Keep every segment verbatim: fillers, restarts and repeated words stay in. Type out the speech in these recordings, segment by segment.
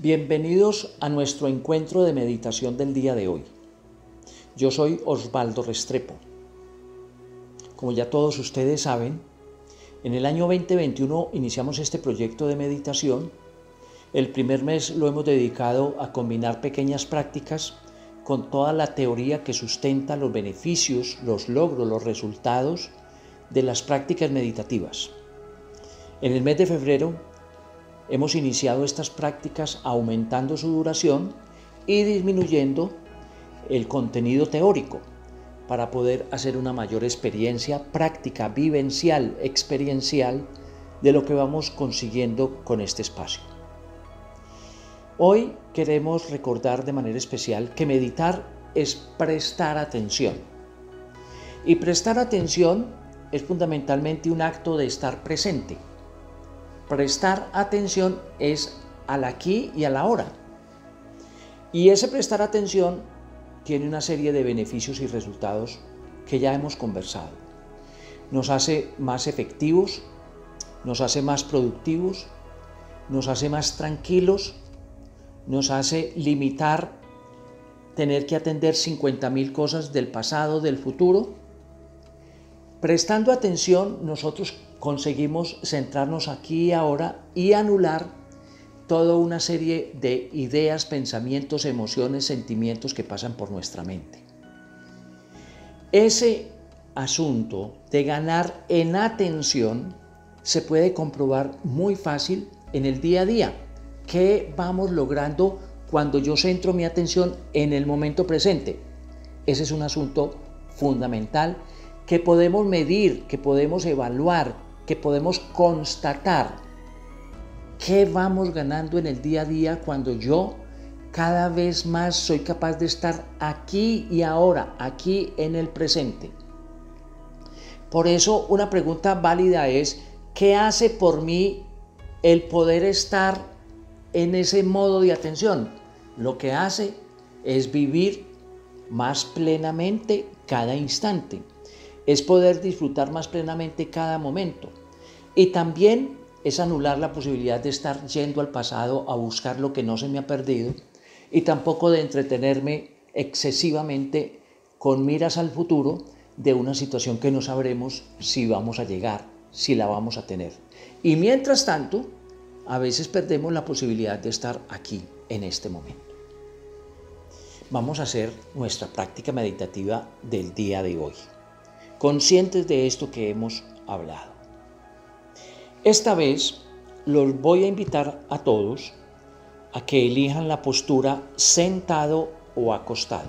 Bienvenidos a nuestro encuentro de meditación del día de hoy. Yo soy Osvaldo Restrepo. Como ya todos ustedes saben, en el año veinte veintiuno iniciamos este proyecto de meditación. El primer mes lo hemos dedicado a combinar pequeñas prácticas con toda la teoría que sustenta los beneficios, los logros, los resultados de las prácticas meditativas. En el mes de febrero hemos iniciado estas prácticas aumentando su duración y disminuyendo el contenido teórico para poder hacer una mayor experiencia práctica, vivencial, experiencial de lo que vamos consiguiendo con este espacio. Hoy queremos recordar de manera especial que meditar es prestar atención. Y prestar atención es fundamentalmente un acto de estar presente. Prestar atención es al aquí y a la ahora. Y ese prestar atención tiene una serie de beneficios y resultados que ya hemos conversado. Nos hace más efectivos, nos hace más productivos, nos hace más tranquilos, nos hace limitar tener que atender cincuenta mil cosas del pasado, del futuro. Prestando atención, nosotros conseguimos centrarnos aquí y ahora y anular toda una serie de ideas, pensamientos, emociones, sentimientos que pasan por nuestra mente. Ese asunto de ganar en atención se puede comprobar muy fácil en el día a día. ¿Qué vamos logrando cuando yo centro mi atención en el momento presente? Ese es un asunto fundamental que podemos medir, que podemos evaluar, que podemos constatar. ¿Qué vamos ganando en el día a día cuando yo cada vez más soy capaz de estar aquí y ahora, aquí en el presente? Por eso una pregunta válida es, ¿qué hace por mí el poder estar en ese modo de atención? Lo que hace es vivir más plenamente cada instante, es poder disfrutar más plenamente cada momento y también es anular la posibilidad de estar yendo al pasado a buscar lo que no se me ha perdido y tampoco de entretenerme excesivamente con miras al futuro de una situación que no sabremos si vamos a llegar, si la vamos a tener. Y mientras tanto, a veces perdemos la posibilidad de estar aquí, en este momento. Vamos a hacer nuestra práctica meditativa del día de hoy, conscientes de esto que hemos hablado. Esta vez los voy a invitar a todos a que elijan la postura sentado o acostado.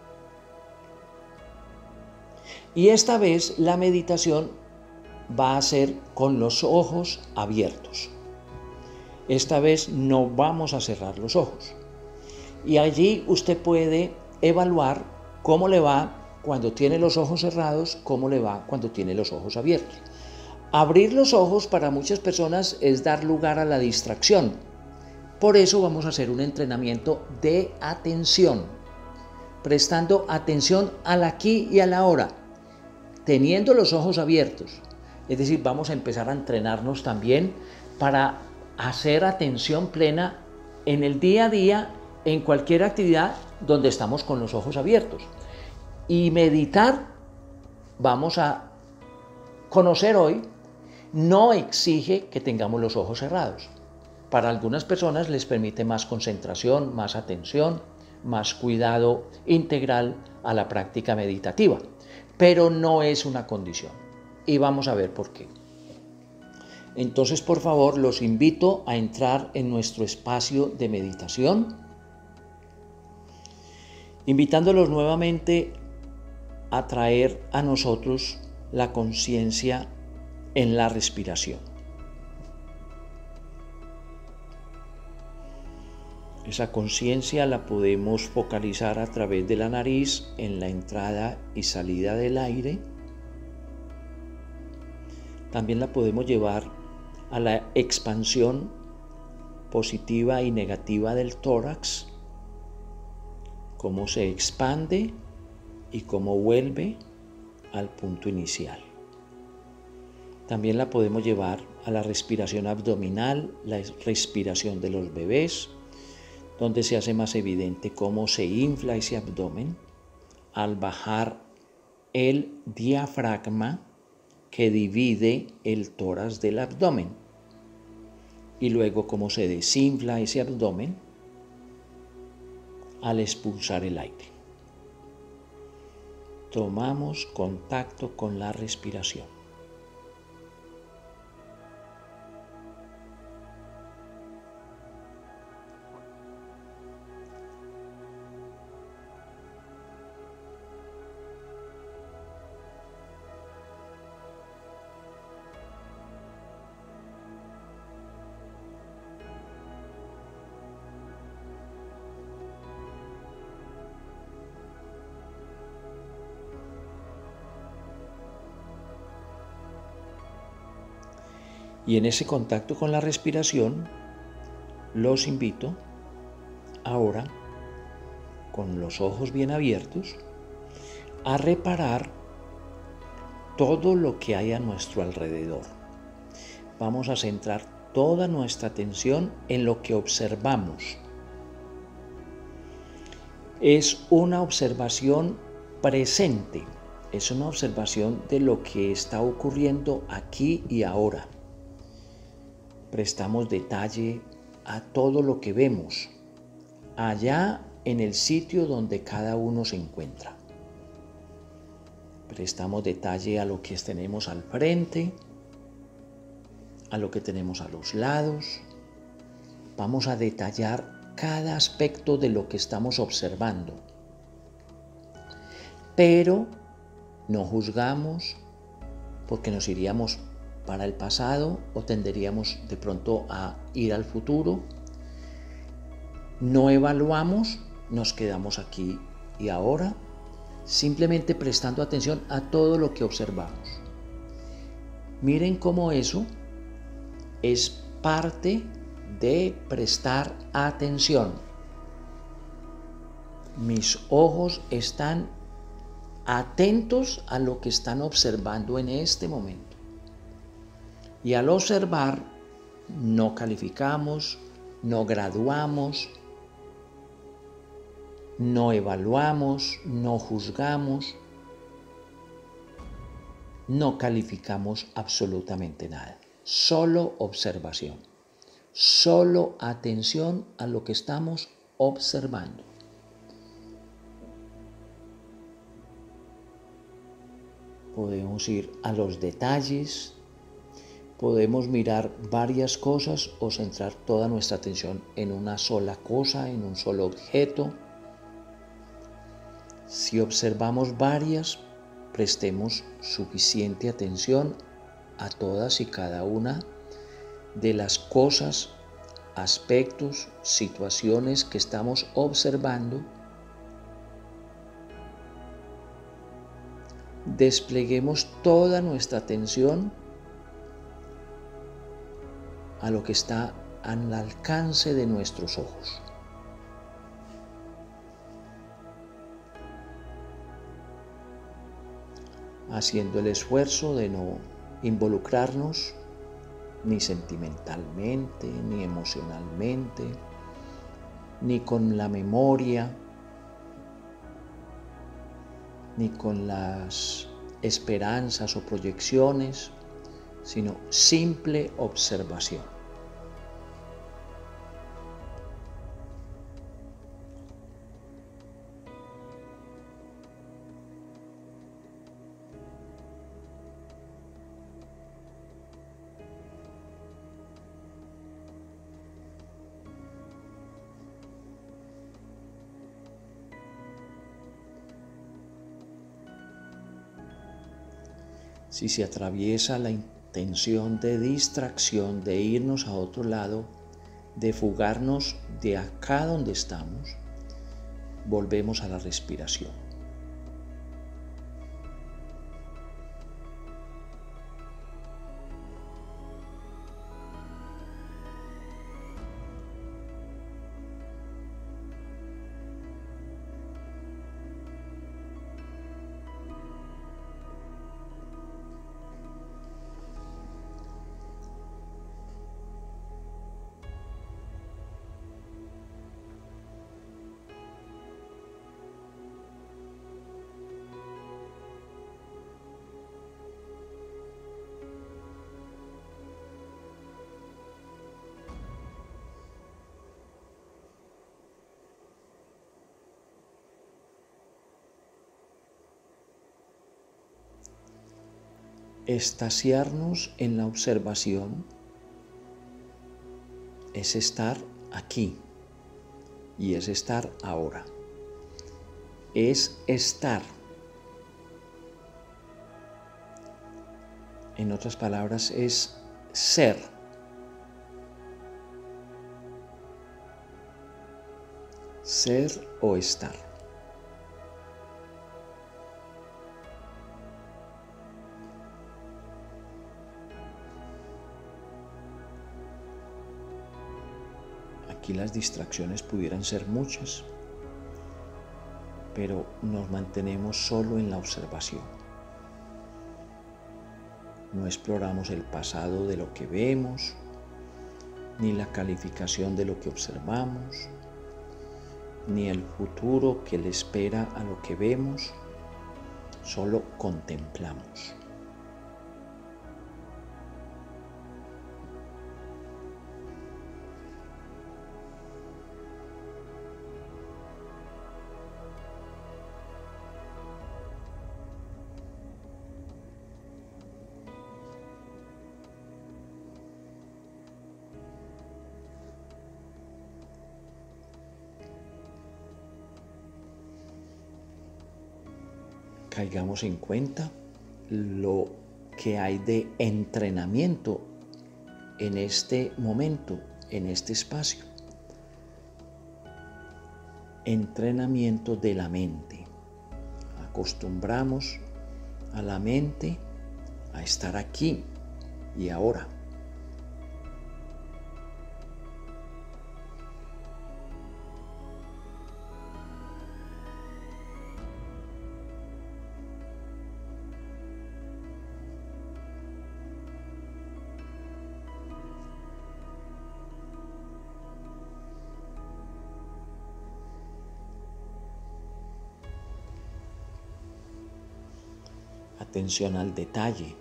Y esta vez la meditación va a ser con los ojos abiertos. Esta vez no vamos a cerrar los ojos. Y allí usted puede evaluar cómo le va cuando tiene los ojos cerrados, cómo le va cuando tiene los ojos abiertos. Abrir los ojos para muchas personas es dar lugar a la distracción. Por eso vamos a hacer un entrenamiento de atención, prestando atención al aquí y a la ahora, teniendo los ojos abiertos. Es decir, vamos a empezar a entrenarnos también para hacer atención plena en el día a día, en cualquier actividad donde estamos con los ojos abiertos. Y meditar, vamos a conocer hoy, no exige que tengamos los ojos cerrados. Para algunas personas les permite más concentración, más atención, más cuidado integral a la práctica meditativa, pero no es una condición. Y vamos a ver por qué. Entonces, por favor, los invito a entrar en nuestro espacio de meditación, invitándolos nuevamente a traer a nosotros la conciencia en la respiración. Esa conciencia la podemos focalizar a través de la nariz en la entrada y salida del aire. También la podemos llevar a la expansión positiva y negativa del tórax, cómo se expande y cómo vuelve al punto inicial. También la podemos llevar a la respiración abdominal, la respiración de los bebés, donde se hace más evidente cómo se infla ese abdomen al bajar el diafragma que divide el tórax del abdomen, y luego cómo se desinfla ese abdomen al expulsar el aire. Tomamos contacto con la respiración. Y en ese contacto con la respiración, los invito ahora, con los ojos bien abiertos, a reparar todo lo que hay a nuestro alrededor. Vamos a centrar toda nuestra atención en lo que observamos. Es una observación presente, es una observación de lo que está ocurriendo aquí y ahora. Prestamos detalle a todo lo que vemos, allá en el sitio donde cada uno se encuentra. Prestamos detalle a lo que tenemos al frente, a lo que tenemos a los lados. Vamos a detallar cada aspecto de lo que estamos observando. Pero no juzgamos, porque nos iríamos para el pasado o tenderíamos de pronto a ir al futuro. No evaluamos, nos quedamos aquí y ahora, simplemente prestando atención a todo lo que observamos. Miren cómo eso es parte de prestar atención. Mis ojos están atentos a lo que están observando en este momento. Y al observar, no calificamos, no graduamos, no evaluamos, no juzgamos, no calificamos absolutamente nada. Solo observación, solo atención a lo que estamos observando. Podemos ir a los detalles, podemos mirar varias cosas o centrar toda nuestra atención en una sola cosa, en un solo objeto. Si observamos varias, prestemos suficiente atención a todas y cada una de las cosas, aspectos, situaciones que estamos observando. Despleguemos toda nuestra atención a lo que está al alcance de nuestros ojos. Haciendo el esfuerzo de no involucrarnos ni sentimentalmente, ni emocionalmente, ni con la memoria, ni con las esperanzas o proyecciones, sino simple observación. Si se atraviesa la intención de distracción, de irnos a otro lado, de fugarnos de acá donde estamos, volvemos a la respiración. Extasiarnos en la observación es estar aquí y es estar ahora. Es estar. En otras palabras, es ser. Ser o estar. Aquí las distracciones pudieran ser muchas, pero nos mantenemos solo en la observación. No exploramos el pasado de lo que vemos, ni la calificación de lo que observamos, ni el futuro que le espera a lo que vemos, solo contemplamos. Caigamos en cuenta lo que hay de entrenamiento en este momento, en este espacio. Entrenamiento de la mente. Acostumbramos a la mente a estar aquí y ahora. Atención al detalle,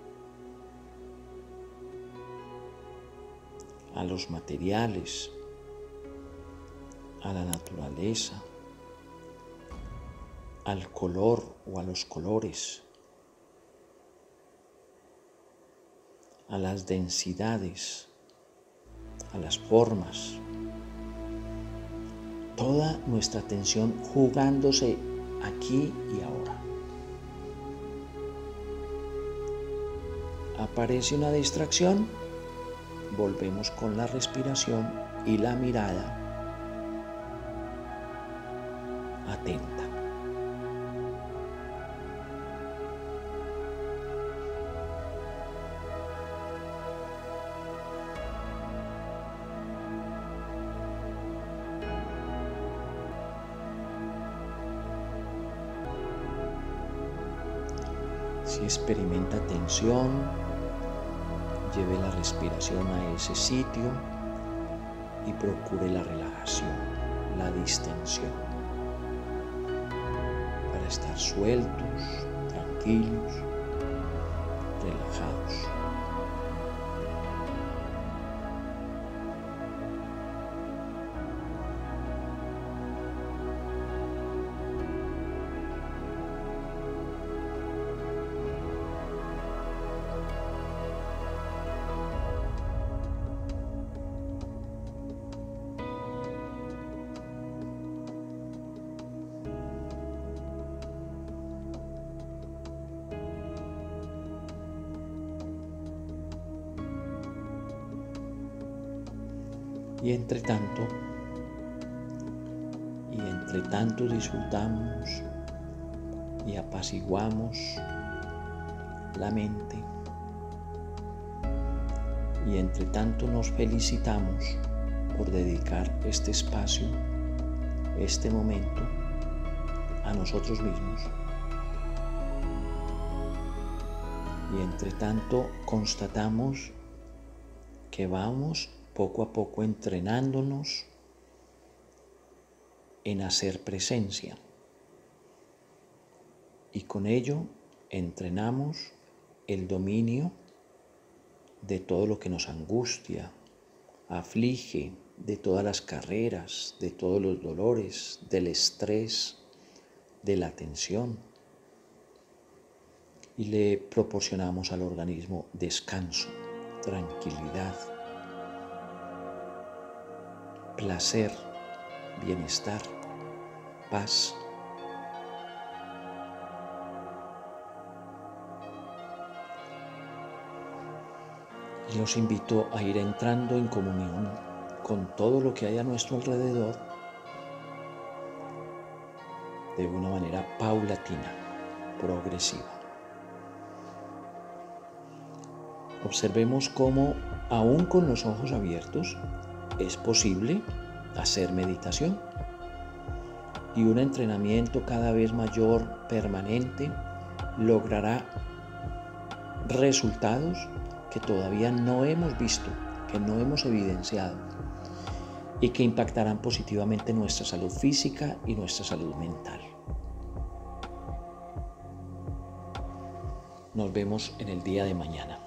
a los materiales, a la naturaleza, al color o a los colores, a las densidades, a las formas. Toda nuestra atención jugándose aquí y ahora. Aparece una distracción, volvemos con la respiración y la mirada atenta. Si experimenta tensión, lleve la respiración a ese sitio y procure la relajación, la distensión, para estar sueltos, tranquilos, relajados. Y entre tanto, y entre tanto disfrutamos y apaciguamos la mente, y entre tanto nos felicitamos por dedicar este espacio, este momento, a nosotros mismos. Y entre tanto constatamos que vamos poco a poco entrenándonos en hacer presencia. Y con ello entrenamos el dominio de todo lo que nos angustia, aflige, de todas las carreras, de todos los dolores, del estrés, de la tensión. y le proporcionamos al organismo descanso, tranquilidad, placer, bienestar, paz. Y los invito a ir entrando en comunión con todo lo que hay a nuestro alrededor de una manera paulatina, progresiva. Observemos cómo, aún con los ojos abiertos, es posible hacer meditación. Y un entrenamiento cada vez mayor, permanente, logrará resultados que todavía no hemos visto, que no hemos evidenciado y que impactarán positivamente nuestra salud física y nuestra salud mental. Nos vemos en el día de mañana.